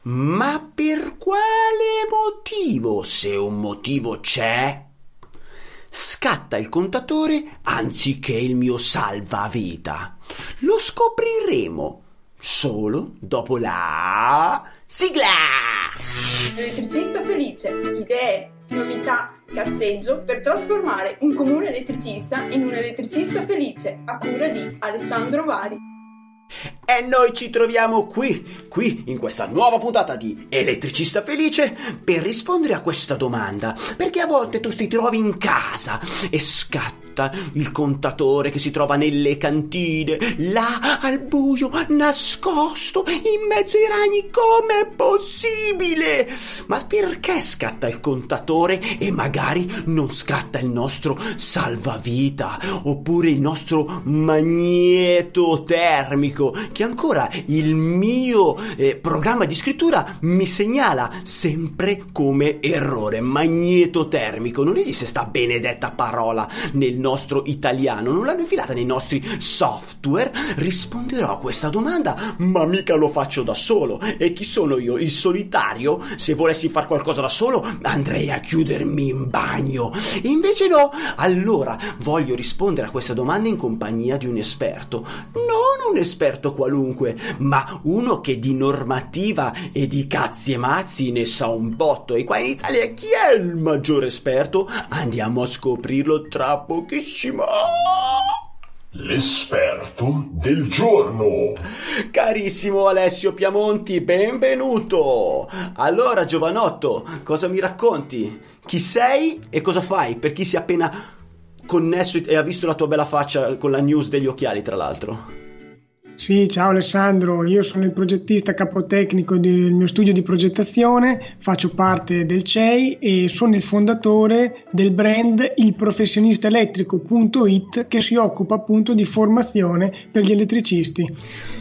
Ma per quale motivo, se un motivo c'è, scatta il contatore anziché il mio salvavita? Lo scopriremo solo dopo la sigla! Elettricista felice, idee, novità, cazzeggio per trasformare un comune elettricista in un elettricista felice, a cura di Alessandro Vari. E noi ci troviamo qui in questa nuova puntata di Elettricista Felice per rispondere a questa domanda, perché a volte tu ti trovi in casa e scatta il contatore che si trova nelle cantine, là al buio, nascosto in mezzo ai ragni. Com'è possibile? Ma perché scatta il contatore e magari non scatta il nostro salvavita oppure il nostro magneto termico, che ancora il mio programma di scrittura mi segnala sempre come errore? Magneto termico. Non esiste sta benedetta parola nel nostro italiano, non l'hanno infilata nei nostri software. Risponderò a questa domanda, ma mica lo faccio da solo. E chi sono io? Il solitario? Se volessi far qualcosa da solo andrei a chiudermi in bagno. E invece no. Allora voglio rispondere a questa domanda in compagnia di un esperto. Non un esperto qualunque, ma uno che di normativa e di cazzi e mazzi ne sa un botto. E qua in Italia chi è il maggiore esperto? Andiamo a scoprirlo tra pochissimo. L'esperto del giorno. Carissimo Alessio Piamonti, benvenuto. Allora, giovanotto, cosa mi racconti? Chi sei e cosa fai? Per chi si è appena connesso e ha visto la tua bella faccia con la news degli occhiali, tra l'altro. Sì, ciao Alessandro, io sono il progettista capotecnico del mio studio di progettazione, faccio parte del CEI e sono il fondatore del brand ilprofessionistaelettrico.it, che si occupa appunto di formazione per gli elettricisti.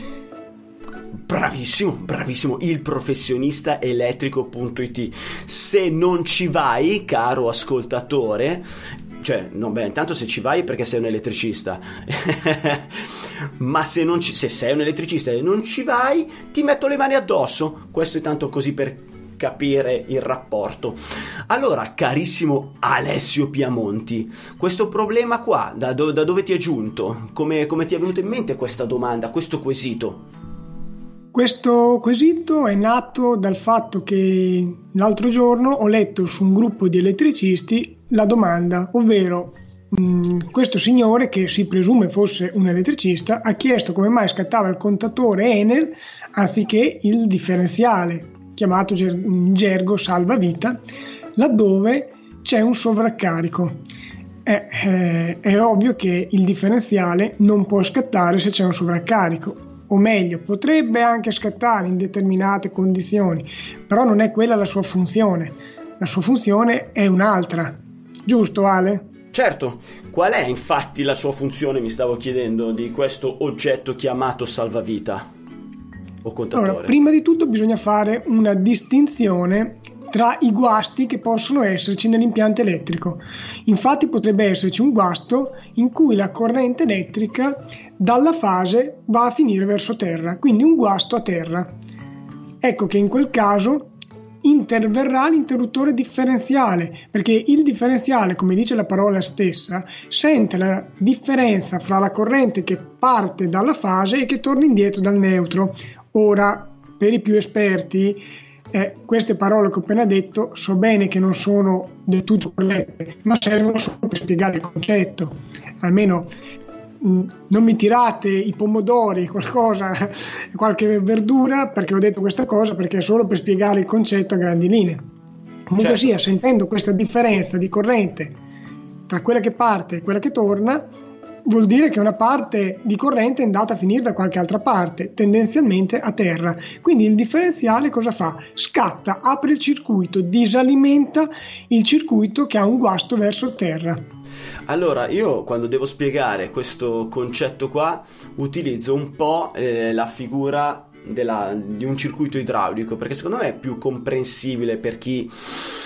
Bravissimo, ilprofessionistaelettrico.it. Se non ci vai, caro ascoltatore, intanto se ci vai perché sei un elettricista ma se sei un elettricista e non ci vai, ti metto le mani addosso. Questo è tanto così per capire il rapporto. Allora, carissimo Alessio Piamonti, questo problema qua da dove ti è giunto? Come ti è venuta in mente questa domanda, questo quesito? Questo quesito è nato dal fatto che l'altro giorno ho letto su un gruppo di elettricisti la domanda, ovvero questo signore, che si presume fosse un elettricista, ha chiesto come mai scattava il contatore Enel anziché il differenziale, chiamato in gergo salvavita, laddove c'è un sovraccarico. È ovvio che il differenziale non può scattare se c'è un sovraccarico, o meglio, potrebbe anche scattare in determinate condizioni, però non è quella la sua funzione. La sua funzione è un'altra. Giusto, Ale? Certo. Qual è infatti la sua funzione, mi stavo chiedendo, di questo oggetto chiamato salvavita o contatore? Allora, prima di tutto bisogna fare una distinzione tra i guasti che possono esserci nell'impianto elettrico. Infatti potrebbe esserci un guasto in cui la corrente elettrica dalla fase va a finire verso terra, quindi un guasto a terra. Ecco che in quel caso interverrà l'interruttore differenziale, perché il differenziale, come dice la parola stessa, sente la differenza fra la corrente che parte dalla fase e che torna indietro dal neutro. Ora, per i più esperti, queste parole che ho appena detto so bene che non sono del tutto corrette, ma servono solo per spiegare il concetto. Almeno non mi tirate i pomodori, qualche verdura perché ho detto questa cosa, perché è solo per spiegare il concetto a grandi linee. Comunque sia, sentendo questa differenza di corrente tra quella che parte e quella che torna, vuol dire che una parte di corrente è andata a finire da qualche altra parte, tendenzialmente a terra. Quindi il differenziale cosa fa? Scatta, apre il circuito, disalimenta il circuito che ha un guasto verso terra. Allora, io quando devo spiegare questo concetto qua utilizzo un po' la figura di un circuito idraulico, perché secondo me è più comprensibile per chi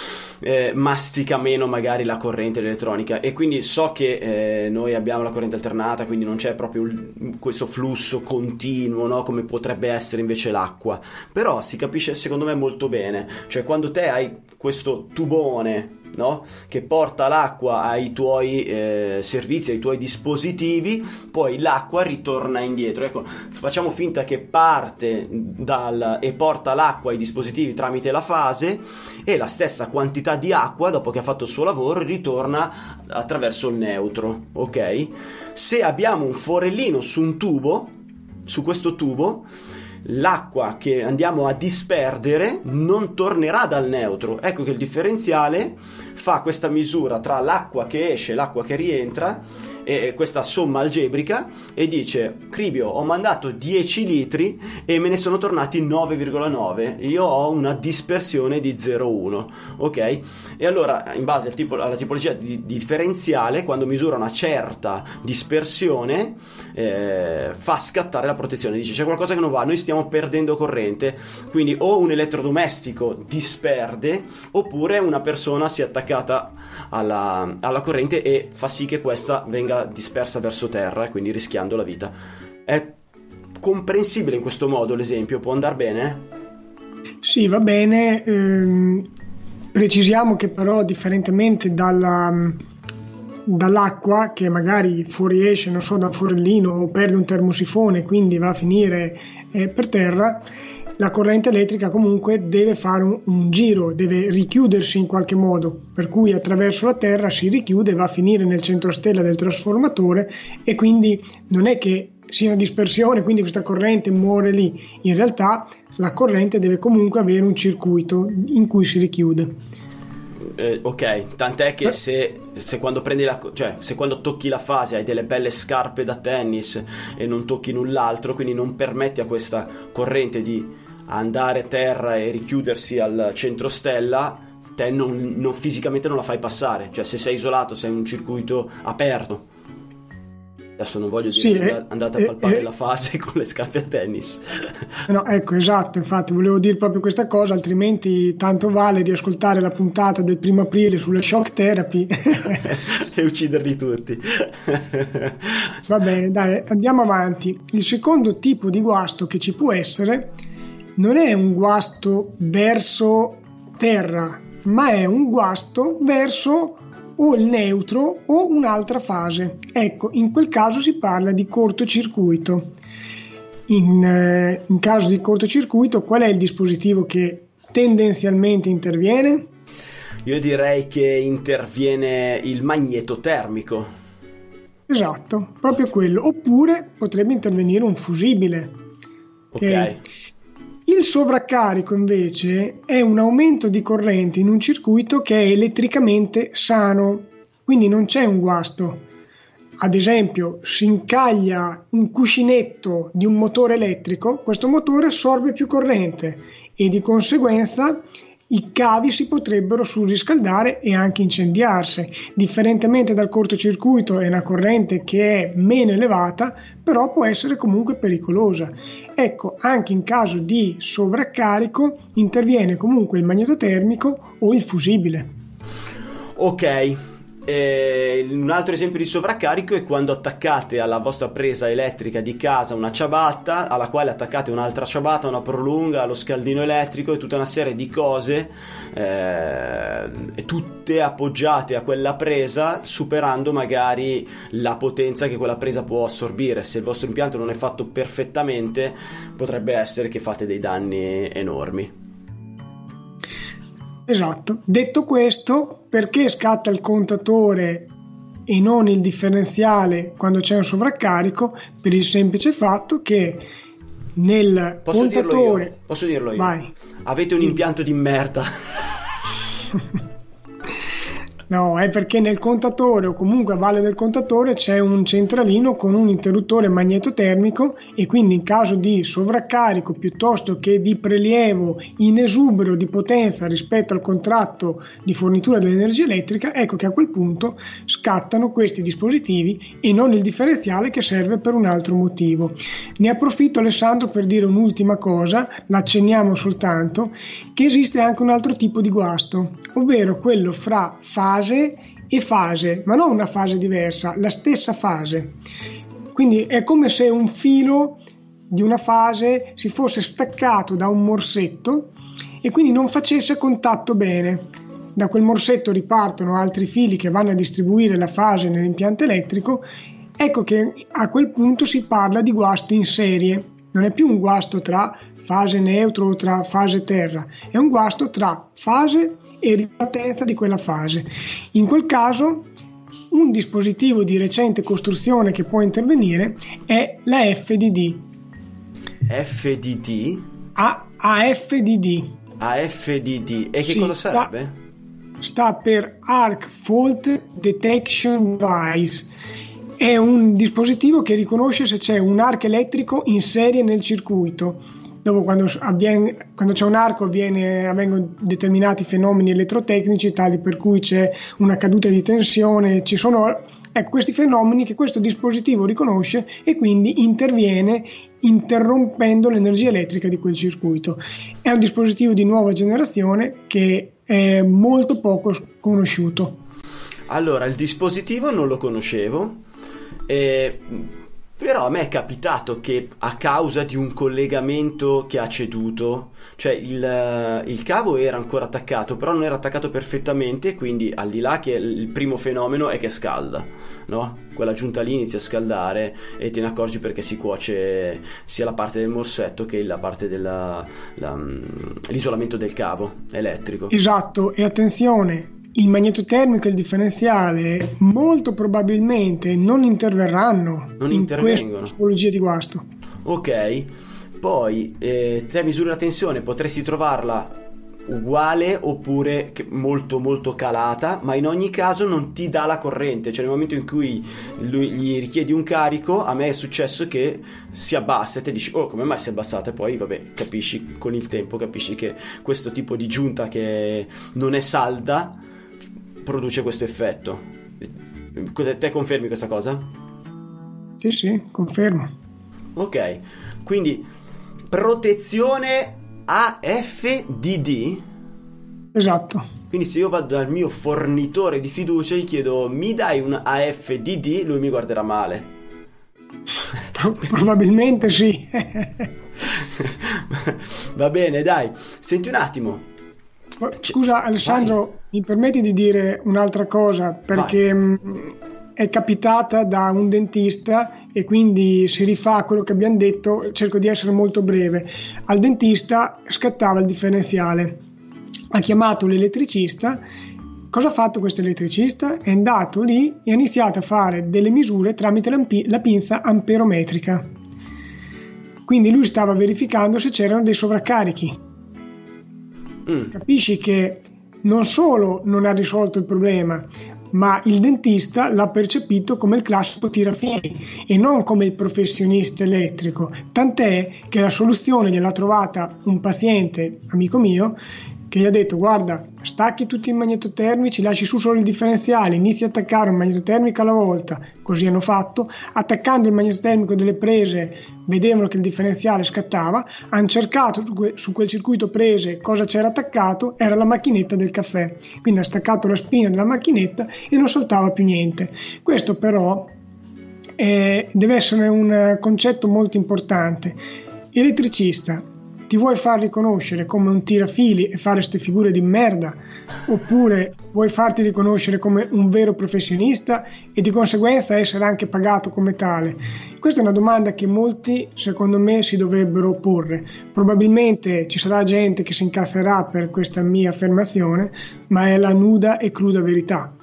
mastica meno magari la corrente elettronica, e quindi so che noi abbiamo la corrente alternata, quindi non c'è proprio questo flusso continuo, no? Come potrebbe essere invece l'acqua, però si capisce secondo me molto bene, cioè quando te hai questo tubone, no? Che porta l'acqua ai tuoi servizi, ai tuoi dispositivi, poi l'acqua ritorna indietro. Ecco, facciamo finta che parte e porta l'acqua ai dispositivi tramite la fase, e la stessa quantità di acqua, dopo che ha fatto il suo lavoro, ritorna attraverso il neutro, ok? Se abbiamo un forellino su questo tubo, l'acqua che andiamo a disperdere non tornerà dal neutro. Ecco che il differenziale fa questa misura tra l'acqua che esce e l'acqua che rientra, e questa somma algebrica, e dice: Cribio, ho mandato 10 litri e me ne sono tornati 9,9, io ho una dispersione di 0,1, ok? E allora, in base alla tipologia di differenziale, quando misura una certa dispersione, fa scattare la protezione, dice c'è qualcosa che non va, noi stiamo perdendo corrente, quindi o un elettrodomestico disperde, oppure una persona si è attaccata alla corrente e fa sì che questa venga dispersa verso terra, quindi rischiando la vita. È comprensibile in questo modo l'esempio? Può andare bene? Sì, va bene. Precisiamo che però, differentemente dall'acqua che magari fuoriesce, non so, dal forellino, o perde un termosifone, quindi va a finire per terra, la corrente elettrica comunque deve fare un giro, deve richiudersi in qualche modo, per cui attraverso la terra si richiude e va a finire nel centrostella del trasformatore, e quindi non è che sia una dispersione, quindi questa corrente muore lì. In realtà la corrente deve comunque avere un circuito in cui si richiude. Ok, tant'è che se quando se quando tocchi la fase hai delle belle scarpe da tennis e non tocchi null'altro, quindi non permetti a questa corrente di andare a terra e richiudersi al centrostella, te non fisicamente non la fai passare, cioè se sei isolato, sei in un circuito aperto. Adesso non voglio dire andate a palpare la fase con le scarpe a tennis. No, ecco, esatto, infatti volevo dire proprio questa cosa, altrimenti tanto vale di ascoltare la puntata del 1 aprile sulle shock therapy e ucciderli tutti. Va bene, dai, andiamo avanti. Il secondo tipo di guasto che ci può essere non è un guasto verso terra, ma è un guasto verso o il neutro o un'altra fase. Ecco, in quel caso si parla di cortocircuito. In caso di cortocircuito, qual è il dispositivo che tendenzialmente interviene? Io direi che interviene il magneto termico. Esatto, proprio quello. Oppure potrebbe intervenire un fusibile. Ok. Il sovraccarico invece è un aumento di corrente in un circuito che è elettricamente sano, quindi non c'è un guasto. Ad esempio, si incaglia un cuscinetto di un motore elettrico, questo motore assorbe più corrente e di conseguenza i cavi si potrebbero surriscaldare e anche incendiarsi. Differentemente dal cortocircuito, è una corrente che è meno elevata, però può essere comunque pericolosa. Ecco, anche in caso di sovraccarico interviene comunque il magneto termico o il fusibile. Ok. Un altro esempio di sovraccarico è quando attaccate alla vostra presa elettrica di casa una ciabatta, alla quale attaccate un'altra ciabatta, una prolunga, lo scaldino elettrico e tutta una serie di cose, tutte appoggiate a quella presa, superando magari la potenza che quella presa può assorbire. Se il vostro impianto non è fatto perfettamente, potrebbe essere che fate dei danni enormi. Esatto. Detto questo, perché scatta il contatore e non il differenziale quando c'è un sovraccarico? Per il semplice fatto che nel contatore... Posso dirlo io? Vai. Avete un impianto di merda. No, è perché nel contatore o comunque a valle del contatore c'è un centralino con un interruttore magnetotermico e quindi in caso di sovraccarico piuttosto che di prelievo in esubero di potenza rispetto al contratto di fornitura dell'energia elettrica, ecco che a quel punto scattano questi dispositivi e non il differenziale che serve per un altro motivo. Ne approfitto, Alessandro, per dire un'ultima cosa, l'accenniamo soltanto, che esiste anche un altro tipo di guasto, ovvero quello fra fase e fase, ma non una fase diversa, la stessa fase. Quindi è come se un filo di una fase si fosse staccato da un morsetto e quindi non facesse contatto bene. Da quel morsetto ripartono altri fili che vanno a distribuire la fase nell'impianto elettrico. Ecco che a quel punto si parla di guasto in serie, non è più un guasto tra fase neutro o tra fase terra, è un guasto tra fase e ripartenza di quella fase. In quel caso un dispositivo di recente costruzione che può intervenire è la FDD. FDD? AFDD. AFDD. E che Sì, cosa sarebbe? Sta per Arc Fault Detection Device. È un dispositivo che riconosce se c'è un arco elettrico in serie nel circuito. Dopo, quando c'è un arco, avvengono determinati fenomeni elettrotecnici tali per cui c'è una caduta di tensione. Ci sono questi fenomeni che questo dispositivo riconosce e quindi interviene interrompendo l'energia elettrica di quel circuito. È un dispositivo di nuova generazione che è molto poco conosciuto. Allora, il dispositivo non lo conoscevo, però a me è capitato che a causa di un collegamento che ha ceduto, cioè il cavo era ancora attaccato, però non era attaccato perfettamente, quindi al di là che il primo fenomeno è che scalda, no? Quella giunta lì inizia a scaldare e te ne accorgi perché si cuoce sia la parte del morsetto che la parte l'isolamento del cavo elettrico. Esatto, e attenzione, il magnetotermico e il differenziale molto probabilmente non interverranno in questa tipologia di guasto. Ok, poi te misuri la tensione, potresti trovarla uguale oppure molto molto calata, ma in ogni caso non ti dà la corrente, cioè nel momento in cui gli richiedi un carico, a me è successo che si abbassa e te dici oh, come mai si è abbassata, e poi vabbè, capisci con il tempo, capisci che questo tipo di giunta che non è salda produce questo effetto. Te confermi questa cosa? Sì, confermo. Ok, quindi protezione AFDD? Esatto. Quindi se io vado dal mio fornitore di fiducia e gli chiedo mi dai un AFDD, lui mi guarderà male. Probabilmente sì. Va bene, dai, senti un attimo. Scusa Alessandro, vai. Mi permetti di dire un'altra cosa, perché è capitata da un dentista e quindi si rifà a quello che abbiamo detto, cerco di essere molto breve. Al dentista scattava il differenziale, ha chiamato l'elettricista. Cosa ha fatto questo elettricista? È andato lì e ha iniziato a fare delle misure tramite la pinza amperometrica. Quindi lui stava verificando se c'erano dei sovraccarichi. Capisci che non solo non ha risolto il problema, ma il dentista l'ha percepito come il classico tirafili e non come il professionista elettrico, tant'è che la soluzione gliel'ha trovata un paziente, amico mio, che gli ha detto guarda, stacchi tutti i magnetotermici, lasci su solo il differenziale, inizi a attaccare un magnetotermico alla volta. Così hanno fatto, attaccando il magnetotermico delle prese vedevano che il differenziale scattava, hanno cercato su quel circuito prese cosa c'era attaccato, era la macchinetta del caffè, quindi ha staccato la spina della macchinetta e non saltava più niente. Questo però deve essere un concetto molto importante. Elettricista, ti vuoi far riconoscere come un tirafili e fare ste figure di merda, oppure vuoi farti riconoscere come un vero professionista e di conseguenza essere anche pagato come tale? Questa è una domanda che molti, secondo me, si dovrebbero porre. Probabilmente ci sarà gente che si incazzerà per questa mia affermazione, ma è la nuda e cruda verità.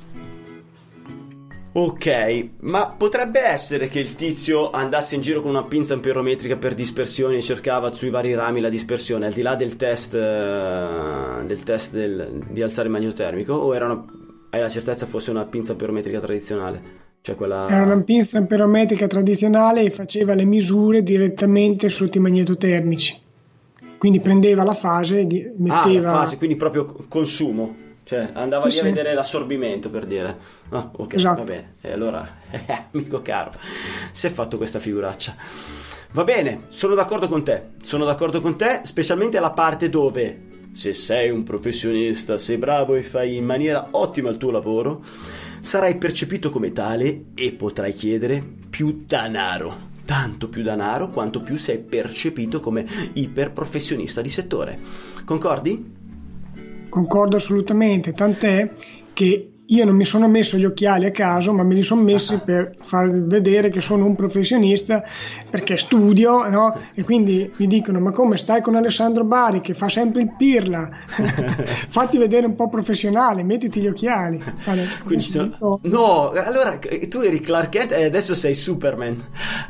Ok, ma potrebbe essere che il tizio andasse in giro con una pinza amperometrica per dispersione e cercava sui vari rami la dispersione, al di là del test di alzare il magnetotermico, o hai la certezza fosse una pinza amperometrica tradizionale? Cioè quella... Era una pinza amperometrica tradizionale e faceva le misure direttamente sotto i magnetotermici. Quindi prendeva la fase e metteva... la fase, quindi proprio consumo. Cioè andava Sì, lì a sì. vedere l'assorbimento, per dire. Ah, ok, Esatto. va bene. E allora, amico caro, si è fatto questa figuraccia. Va bene, sono d'accordo con te, specialmente alla parte dove, se sei un professionista, sei bravo e fai in maniera ottima il tuo lavoro, sarai percepito come tale e potrai chiedere più denaro. Tanto più denaro quanto più sei percepito come iperprofessionista di settore. Concordi? Concordo assolutamente, tant'è che io non mi sono messo gli occhiali a caso, ma me li sono messi per far vedere che sono un professionista, perché studio, no? E quindi mi dicono: ma come stai con Alessandro Bari che fa sempre il pirla? Fatti vedere un po' professionale, mettiti gli occhiali. Vale, Quindi no, allora tu eri Clark Kent e adesso sei Superman.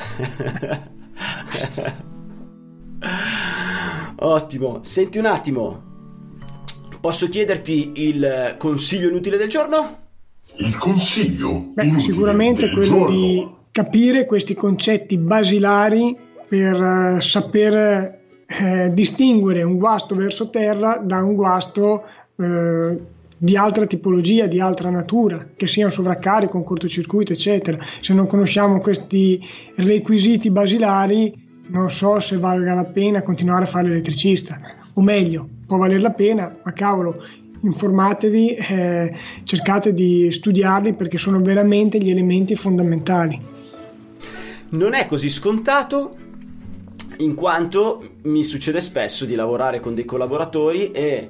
Ottimo. Senti un attimo, posso chiederti il consiglio inutile del giorno? Il consiglio inutile sicuramente del quello giorno. di capire questi concetti basilari per saper distinguere un guasto verso terra da un guasto di altra tipologia, di altra natura, che sia un sovraccarico, un cortocircuito, eccetera. Se non conosciamo questi requisiti basilari, non so se valga la pena continuare a fare l'elettricista, o meglio, può valer la pena, ma cavolo, informatevi, cercate di studiarli, perché sono veramente gli elementi fondamentali. Non è così scontato, in quanto mi succede spesso di lavorare con dei collaboratori e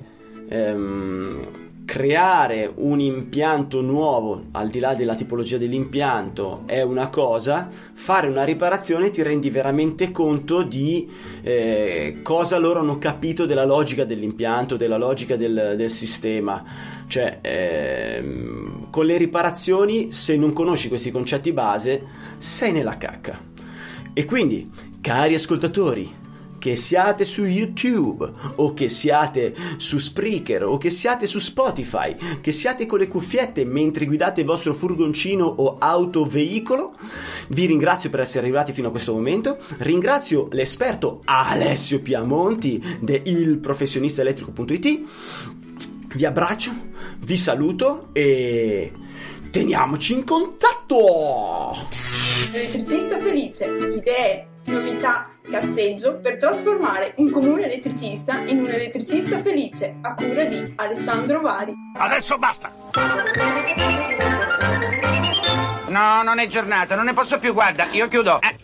creare un impianto nuovo, al di là della tipologia dell'impianto, è una cosa, fare una riparazione ti rendi veramente conto di cosa loro hanno capito della logica dell'impianto, della logica del sistema. Cioè, con le riparazioni, se non conosci questi concetti base, sei nella cacca. E quindi, cari ascoltatori, che siate su YouTube o che siate su Spreaker o che siate su Spotify, che siate con le cuffiette mentre guidate il vostro furgoncino o autoveicolo, vi ringrazio per essere arrivati fino a questo momento. Ringrazio l'esperto Alessio Piamonti di ilprofessionistaelettrico.it. Vi abbraccio, vi saluto e teniamoci in contatto. Elettricista felice, idee, novità, cazzeggio per trasformare un comune elettricista in un elettricista felice, a cura di Alessandro Bari. Adesso basta! No, non è giornata, non ne posso più, guarda, io chiudo.